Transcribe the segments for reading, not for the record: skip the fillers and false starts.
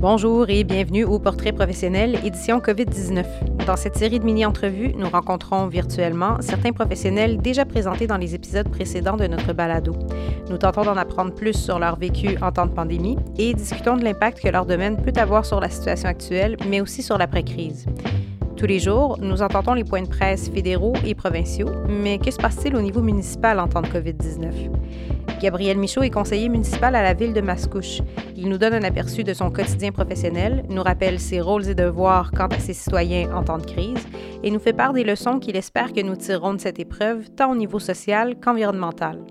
Bonjour et bienvenue au Portrait professionnel, édition COVID-19. Dans cette série de mini-entrevues, nous rencontrons virtuellement certains professionnels déjà présentés dans les épisodes précédents de notre balado. Nous tentons d'en apprendre plus sur leur vécu en temps de pandémie et discutons de l'impact que leur domaine peut avoir sur la situation actuelle, mais aussi sur l'après-crise. Tous les jours, nous entendons les points de presse fédéraux et provinciaux, mais que se passe-t-il au niveau municipal en temps de COVID-19? Gabriel Michaud est conseiller municipal à la ville de Mascouche. Il nous donne un aperçu de son quotidien professionnel, nous rappelle ses rôles et devoirs quant à ses citoyens en temps de crise et nous fait part des leçons qu'il espère que nous tirerons de cette épreuve, tant au niveau social qu'environnemental.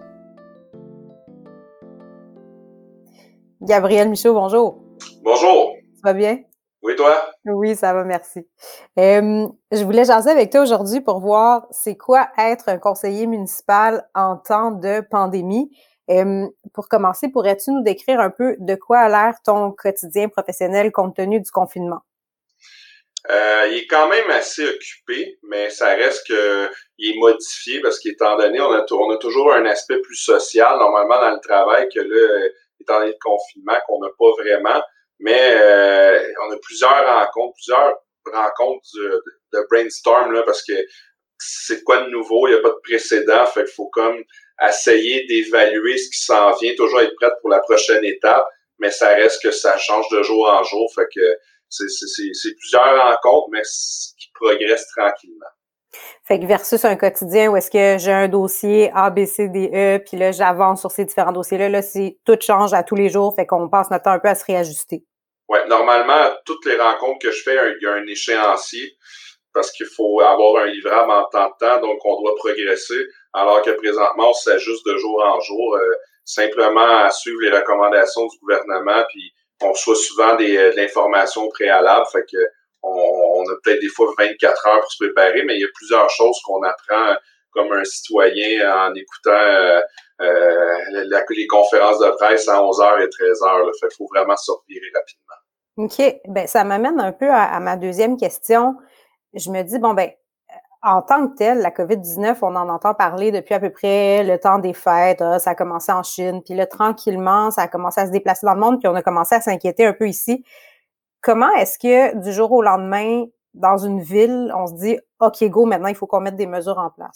Gabriel Michaud, bonjour. Bonjour. Ça va bien? Oui, toi? Oui, ça va, merci. Je voulais jaser avec toi aujourd'hui pour voir c'est quoi être un conseiller municipal en temps de pandémie. Pour commencer, pourrais-tu nous décrire un peu de quoi a l'air ton quotidien professionnel compte tenu du confinement? Il est quand même assez occupé, mais ça reste que il est modifié parce qu'étant donné, on a toujours un aspect plus social normalement dans le travail que là, étant donné le confinement qu'on n'a pas vraiment. Mais on a plusieurs rencontres de brainstorm là, parce que c'est quoi de nouveau, il n'y a pas de précédent, fait qu'il faut comme essayer d'évaluer ce qui s'en vient, toujours être prête pour la prochaine étape, mais ça reste que ça change de jour en jour, fait que c'est plusieurs rencontres, mais qui progressent tranquillement. Fait que versus un quotidien où est-ce que j'ai un dossier A, B, C, D, E, puis là, j'avance sur ces différents dossiers-là. Là, tout change à tous les jours, fait qu'on passe notre temps un peu à se réajuster. Ouais, normalement, toutes les rencontres que je fais, il y a un échéancier parce qu'il faut avoir un livrable en temps de temps, donc on doit progresser, alors que présentement, on s'ajuste de jour en jour, simplement à suivre les recommandations du gouvernement, puis on reçoit souvent de l'information préalable, fait que on a peut-être des fois 24 heures pour se préparer, mais il y a plusieurs choses qu'on apprend comme un citoyen en écoutant les conférences de presse à 11h et 13h. Là. Fait qu'il faut vraiment se revirer rapidement. OK. Ben ça m'amène un peu à ma deuxième question. Je me dis, bon, ben en tant que tel, la COVID-19, on en entend parler depuis à peu près le temps des fêtes. Ça a commencé en Chine, puis là, tranquillement, ça a commencé à se déplacer dans le monde, puis on a commencé à s'inquiéter un peu ici. Comment est-ce que du jour au lendemain, dans une ville, on se dit « OK, go, maintenant, il faut qu'on mette des mesures en place ».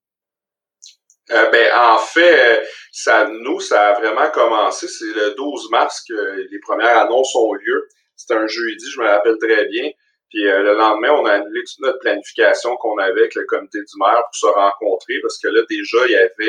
En fait, ça a vraiment commencé. C'est le 12 mars que les premières annonces ont eu lieu. C'était un jeudi, je me rappelle très bien. Puis le lendemain, on a annulé toute notre planification qu'on avait avec le comité du maire pour se rencontrer parce que là, déjà,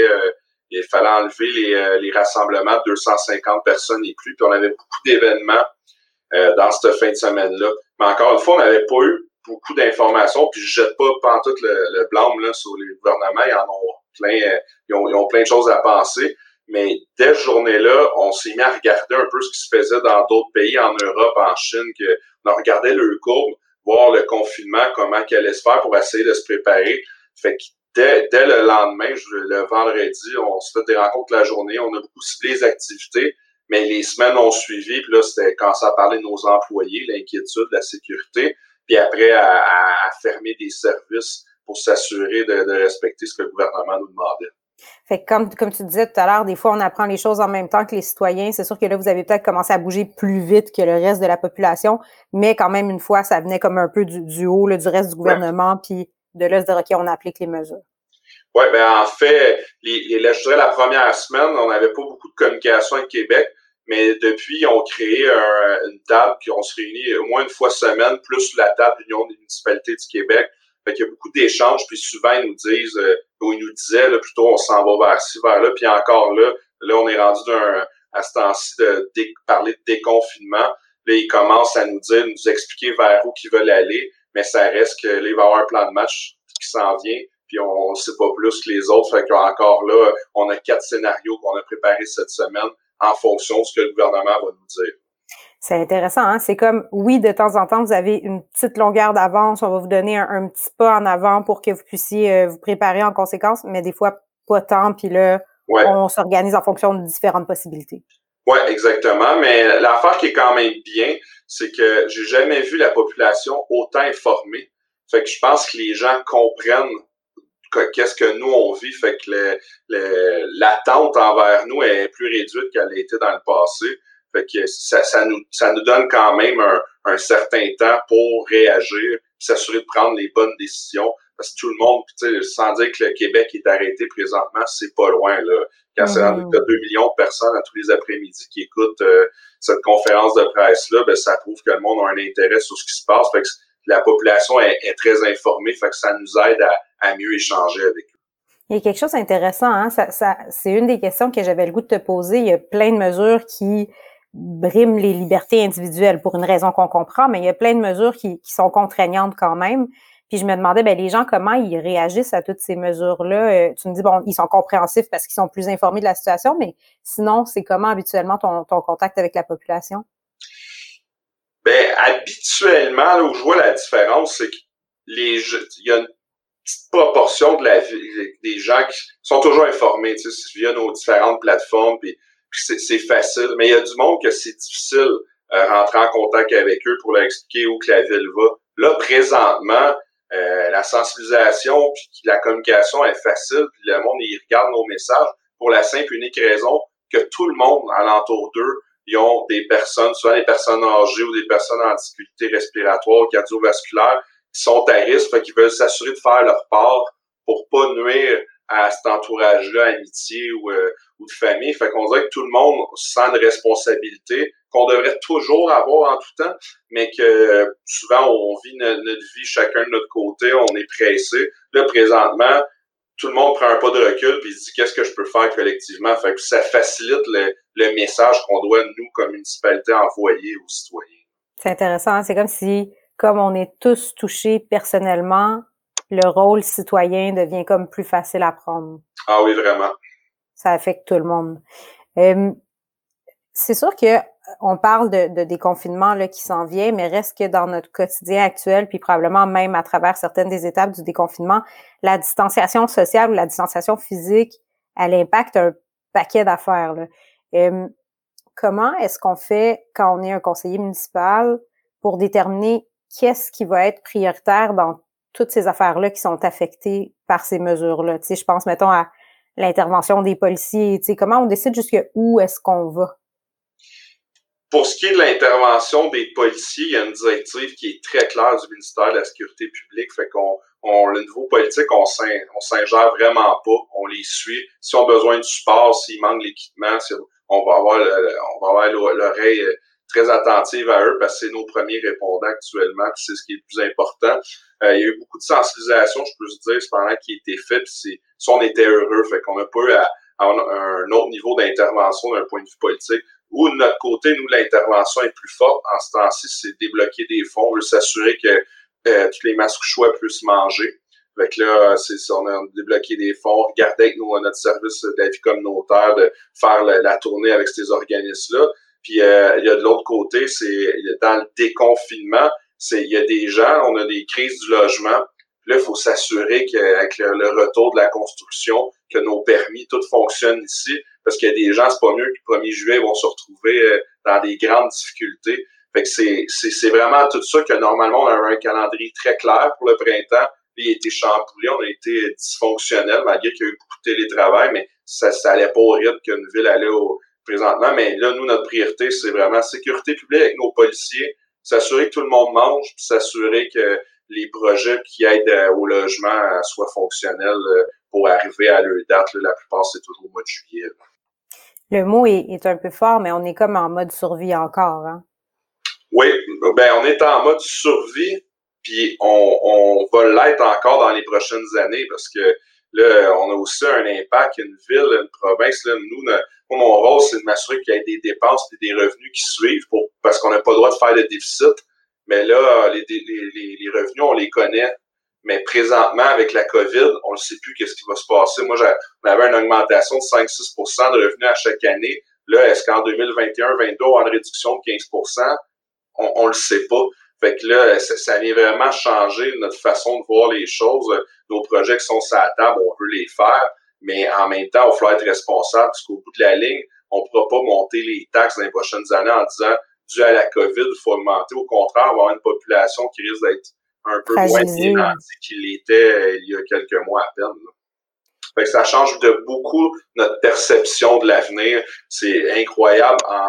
il fallait enlever les rassemblements de 250 personnes et plus. Puis on avait beaucoup d'événements dans cette fin de semaine-là. Mais encore une fois, on n'avait pas eu beaucoup d'informations, puis je jette pas pantoute le blâme là, sur les gouvernements, ils en ont plein, ils ont plein de choses à penser. Mais dès cette journée-là, on s'est mis à regarder un peu ce qui se faisait dans d'autres pays, en Europe, en Chine, on regardait le courbe, voir le confinement, comment qu'elle allait se faire pour essayer de se préparer. Fait que dès le lendemain, le vendredi, on se fait des rencontres la journée, on a beaucoup ciblé les activités, mais les semaines ont suivi, puis là, c'était quand ça parlait de nos employés, l'inquiétude, la sécurité, puis après, à fermer des services pour s'assurer de respecter ce que le gouvernement nous demandait. Fait que comme tu disais tout à l'heure, des fois, on apprend les choses en même temps que les citoyens. C'est sûr que là, vous avez peut-être commencé à bouger plus vite que le reste de la population, mais quand même, une fois, ça venait comme un peu du haut, là, du reste du gouvernement, puis de là, se dire, OK, on applique les mesures. Oui, en fait, je dirais la première semaine, on n'avait pas beaucoup de communication avec Québec, mais depuis, ils ont créé une table, puis on se réunit au moins une fois semaine, plus la table de l'Union des municipalités du Québec. Fait qu'il y a beaucoup d'échanges, puis souvent, ils nous disent, ou ils nous disaient, là, plutôt, on s'en va vers ci, vers là, puis encore là, on est rendu à ce temps-ci de parler de déconfinement. Là, ils commencent à nous dire, nous expliquer vers où ils veulent aller, mais ça reste que là, il va y avoir un plan de match qui s'en vient, puis on ne sait pas plus que les autres. Fait qu'encore là, on a 4 scénarios qu'on a préparés cette semaine en fonction de ce que le gouvernement va nous dire. C'est intéressant, hein? C'est comme, oui, de temps en temps, vous avez une petite longueur d'avance, on va vous donner un petit pas en avant pour que vous puissiez vous préparer en conséquence, mais des fois, pas tant, puis là, on s'organise en fonction de différentes possibilités. Oui, exactement, mais l'affaire qui est quand même bien, c'est que j'ai jamais vu la population autant informée. Fait que je pense que les gens comprennent qu'est-ce que nous on vit, fait que l'attente envers nous est plus réduite qu'elle a été dans le passé. Fait que ça nous donne quand même un certain temps pour réagir, s'assurer de prendre les bonnes décisions. Parce que tout le monde, sans dire que le Québec est arrêté présentement, c'est pas loin, là. Quand c'est rendu que 2 millions de personnes à tous les après-midi qui écoutent cette conférence de presse-là, ben, ça prouve que le monde a un intérêt sur ce qui se passe. Fait que la population est très informée, fait que ça nous aide à mieux échanger avec eux. Il y a quelque chose d'intéressant, hein? C'est une des questions que j'avais le goût de te poser. Il y a plein de mesures qui briment les libertés individuelles pour une raison qu'on comprend, mais il y a plein de mesures qui sont contraignantes quand même. Puis je me demandais, les gens, comment ils réagissent à toutes ces mesures-là? Tu me dis, bon, ils sont compréhensifs parce qu'ils sont plus informés de la situation, mais sinon, c'est comment habituellement ton contact avec la population? Ben, habituellement, là où je vois la différence, c'est que il y a une petite proportion de la vie des gens qui sont toujours informés, tu sais, via nos différentes plateformes, puis c'est facile. Mais il y a du monde que c'est difficile rentrer en contact avec eux pour leur expliquer où que la ville va. Là, présentement, la sensibilisation puis la communication est facile, puis le monde, il regarde nos messages pour la simple et unique raison que tout le monde alentour d'eux, ils ont des personnes, souvent des personnes âgées ou des personnes en difficulté respiratoire, cardiovasculaire, qui sont à risque, fait qu'ils veulent s'assurer de faire leur part pour pas nuire à cet entourage-là, amitié ou de famille. Fait qu'on dirait que tout le monde sent une responsabilité qu'on devrait toujours avoir en tout temps, mais que souvent on vit notre vie chacun de notre côté, on est pressé. Là, présentement, tout le monde prend un pas de recul puis se dit qu'est-ce que je peux faire collectivement. Fait que ça facilite le message qu'on doit, nous, comme municipalité, envoyer aux citoyens. C'est intéressant, hein? C'est comme si, comme on est tous touchés personnellement, le rôle citoyen devient comme plus facile à prendre. Ah oui, vraiment. Ça affecte tout le monde. C'est sûr que on parle de déconfinement là qui s'en vient, mais reste que dans notre quotidien actuel, puis probablement même à travers certaines des étapes du déconfinement, la distanciation sociale ou la distanciation physique, elle impacte un paquet d'affaires, là. Comment est-ce qu'on fait quand on est un conseiller municipal pour déterminer qu'est-ce qui va être prioritaire dans toutes ces affaires-là qui sont affectées par ces mesures-là? Tu sais, je pense, mettons, à l'intervention des policiers. Tu sais, comment on décide jusqu'où est-ce qu'on va? Pour ce qui est de l'intervention des policiers, il y a une directive qui est très claire du ministère de la Sécurité publique. Fait le niveau politique, on s'ingère vraiment pas. On les suit. S'ils ont besoin de support, s'il manque l'équipement, on va avoir l'oreille très attentive à eux parce que c'est nos premiers répondants actuellement, puis c'est ce qui est le plus important. Il y a eu beaucoup de sensibilisation, je peux se dire, cependant, qui a été fait, puis ça, on était heureux. Fait qu'on n'a pas eu à un autre niveau d'intervention d'un point de vue politique. Ou de notre côté, nous, l'intervention est plus forte. En ce temps-ci, c'est débloquer des fonds. On veut s'assurer que tous les masques-choix puissent manger. Fait que là, on a débloqué des fonds, regarder avec nous notre service de la vie communautaire, de faire la tournée avec ces organismes-là. Puis il y a de l'autre côté, c'est dans le déconfinement, il y a des gens, on a des crises du logement. Puis là, il faut s'assurer qu'avec le retour de la construction, que nos permis, tout fonctionne ici. Parce qu'il y a des gens, c'est pas mieux que le 1er juillet, ils vont se retrouver dans des grandes difficultés. Fait que c'est vraiment tout ça que normalement, on avait un calendrier très clair pour le printemps. Puis il a été chamboulé, on a été dysfonctionnel, malgré qu'il y a eu beaucoup de télétravail, mais ça allait pas au rythme qu'une ville allait présentement. Mais là, nous, notre priorité, c'est vraiment sécurité publique avec nos policiers, s'assurer que tout le monde mange, puis s'assurer que les projets qui aident au logement soient fonctionnels pour arriver à leur date. Là, la plupart, c'est toujours au mois de juillet. Le mot est un peu fort, mais on est comme en mode survie encore, hein? Oui, on est en mode survie, puis on va l'être encore dans les prochaines années parce que là, on a aussi un impact, une ville, une province. Là, mon rôle, c'est de m'assurer qu'il y ait des dépenses et des revenus qui suivent parce qu'on n'a pas le droit de faire de déficit. Mais là, les revenus, on les connaît. Mais présentement, avec la COVID, on ne sait plus qu'est-ce qui va se passer. Moi, on avait une augmentation de 5-6% de revenus à chaque année. Là, est-ce qu'en 2021-2022, on va avoir une réduction de 15%? On le sait pas. Fait que là, ça vient vraiment changer notre façon de voir les choses. Nos projets qui sont sur la table, on veut les faire, mais en même temps, il va falloir être responsable parce qu'au bout de la ligne, on ne pourra pas monter les taxes dans les prochaines années en disant, dû à la COVID, il faut augmenter. Au contraire, on va avoir une population qui risque d'être un peu moins dénantie qu'il l'était il y a quelques mois à peine. Là. Fait que ça change de beaucoup notre perception de l'avenir. C'est incroyable.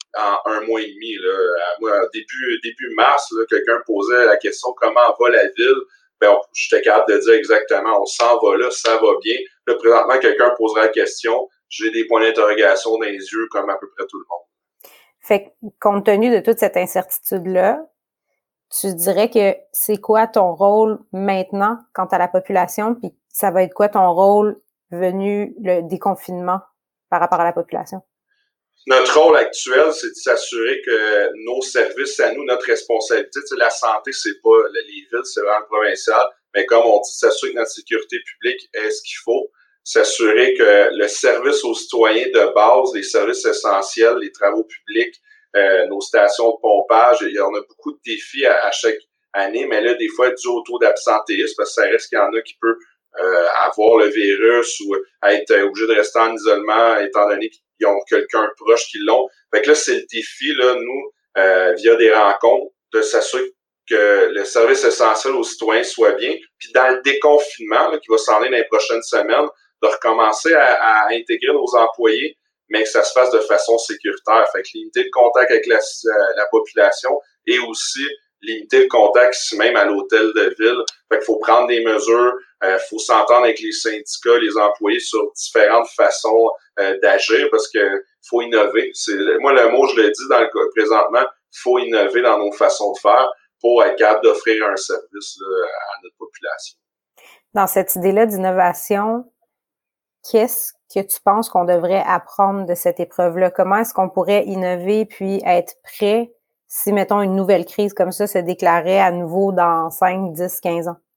en un mois et demi. Moi, début mars, là, quelqu'un posait la question comment va la ville. J'étais capable de dire exactement, on s'en va là, ça va bien. Là, présentement, quelqu'un posera la question, j'ai des points d'interrogation dans les yeux comme à peu près tout le monde. Fait que, compte tenu de toute cette incertitude-là, tu dirais que c'est quoi ton rôle maintenant quant à la population, puis ça va être quoi ton rôle venu le déconfinement par rapport à la population? Notre rôle actuel, c'est de s'assurer que nos services à nous, notre responsabilité, la santé, c'est pas les villes, c'est vraiment le provincial, mais comme on dit, s'assurer que notre sécurité publique est ce qu'il faut, s'assurer que le service aux citoyens de base, les services essentiels, les travaux publics, nos stations de pompage, il y en a beaucoup de défis à chaque année, mais là, des fois, dû au taux d'absentéisme, parce que ça reste qu'il y en a qui peut avoir le virus ou être obligé de rester en isolement étant donné qu'ils ont quelqu'un proche qui l'ont. Fait que là, c'est le défi, là, nous, via des rencontres, de s'assurer que le service essentiel aux citoyens soit bien. Puis dans le déconfinement, là, qui va s'en aller dans les prochaines semaines, de recommencer à intégrer nos employés, mais que ça se fasse de façon sécuritaire. Fait que limiter le contact avec la population et aussi limiter le contact ici même à l'hôtel de ville. Fait qu'il faut prendre des mesures, faut s'entendre avec les syndicats, les employés sur différentes façons d'agir parce que faut innover. Moi, le mot, je l'ai dit présentement, faut innover dans nos façons de faire pour être capable d'offrir un service là, à notre population. Dans cette idée-là d'innovation, qu'est-ce que tu penses qu'on devrait apprendre de cette épreuve-là? Comment est-ce qu'on pourrait innover puis être prêt si, mettons, une nouvelle crise comme ça se déclarait à nouveau dans 5, 10, 15 ans?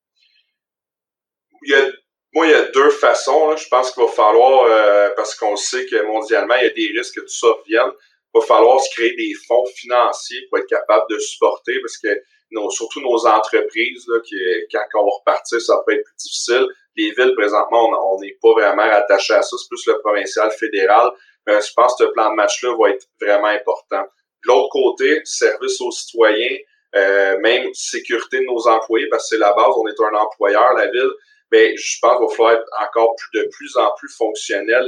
Il y a deux façons. Là. Je pense qu'il va falloir, parce qu'on sait que mondialement, il y a des risques que tout ça revienne, il va falloir se créer des fonds financiers pour être capable de supporter, parce que surtout nos entreprises, là, quand on va repartir, ça peut être plus difficile. Les villes, présentement, on n'est pas vraiment attaché à ça, c'est plus le provincial, fédéral. Mais je pense que ce plan de match-là va être vraiment important. De l'autre côté, service aux citoyens, même sécurité de nos employés, parce que c'est la base, on est un employeur, la ville. Mais je pense qu'il va falloir être encore de plus en plus fonctionnel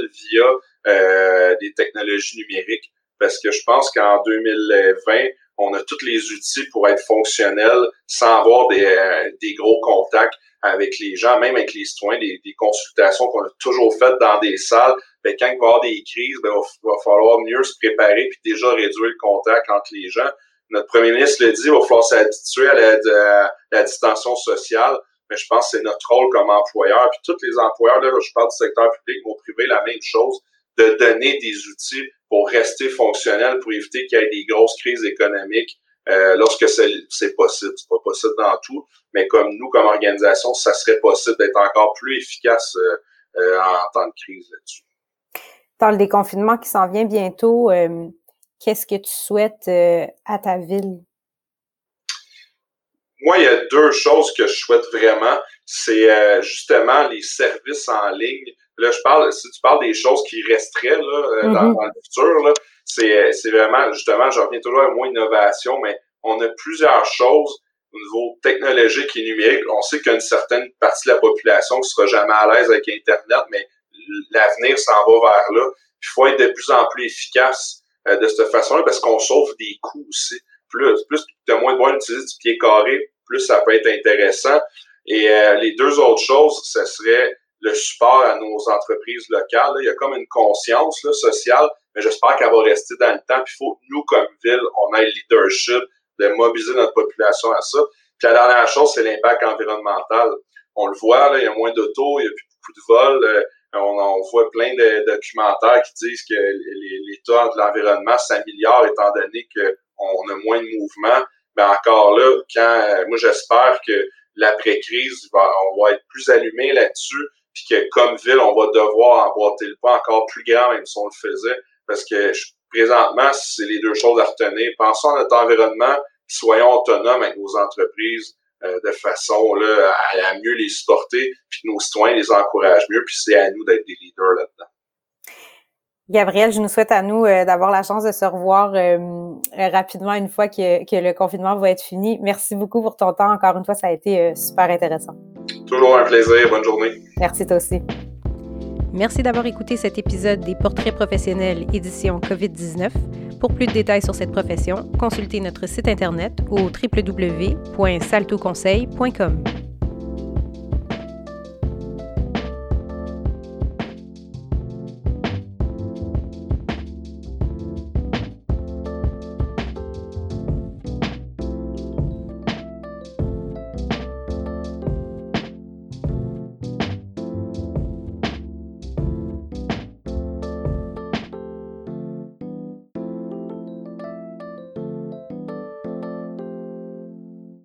via des technologies numériques. Parce que je pense qu'en 2020, on a tous les outils pour être fonctionnel sans avoir des gros contacts avec les gens, même avec les citoyens, des consultations qu'on a toujours faites dans des salles. Ben, quand il va y avoir des crises, ben, il va falloir mieux se préparer puis déjà réduire le contact entre les gens. Notre premier ministre l'a dit, il va falloir s'habituer à la distanciation sociale. Mais je pense que c'est notre rôle comme employeur. Puis tous les employeurs, là, je parle du secteur public, au privé, la même chose, de donner des outils pour rester fonctionnel, pour éviter qu'il y ait des grosses crises économiques lorsque c'est possible. C'est pas possible dans tout, mais comme nous, comme organisation, ça serait possible d'être encore plus efficace en temps de crise là-dessus. Dans le déconfinement qui s'en vient bientôt, qu'est-ce que tu souhaites à ta ville? Moi, il y a deux choses que je souhaite vraiment. C'est justement les services en ligne. Là, si tu parles des choses qui resteraient là, dans le futur, là, c'est vraiment, justement, je reviens toujours à un mot innovation, mais on a plusieurs choses au niveau technologique et numérique. On sait qu'il y a une certaine partie de la population qui sera jamais à l'aise avec Internet, mais l'avenir s'en va vers là. Il faut être de plus en plus efficace de cette façon-là parce qu'on sauve des coûts aussi. Plus tu as moins de moyens d'utiliser du pied carré, plus ça peut être intéressant. Et les deux autres choses, ce serait le support à nos entreprises locales. Là. Il y a comme une conscience là, sociale, mais j'espère qu'elle va rester dans le temps. Puis il faut, nous, comme ville, on ait le leadership de mobiliser notre population à ça. Puis la dernière chose, c'est l'impact environnemental. On le voit, là, il y a moins d'autos, il n'y a plus beaucoup de vols. On voit plein de documentaires qui disent que l'état de l'environnement s'améliore étant donné qu'on a moins de mouvement. Mais encore là, moi j'espère que l'après-crise, on va être plus allumé là-dessus, puis que comme ville, on va devoir emboîter le pas encore plus grand, même si on le faisait, parce que présentement, c'est les deux choses à retenir. Pensons à notre environnement, soyons autonomes avec nos entreprises de façon là, à mieux les supporter, puis que nos citoyens les encouragent mieux, puis c'est à nous d'être des leaders là-dedans. Gabriel, je nous souhaite à nous d'avoir la chance de se revoir rapidement une fois que le confinement va être fini. Merci beaucoup pour ton temps. Encore une fois, ça a été super intéressant. Toujours un plaisir. Bonne journée. Merci toi aussi. Merci d'avoir écouté cet épisode des Portraits professionnels édition COVID-19. Pour plus de détails sur cette profession, consultez notre site internet au www.saltoconseil.com.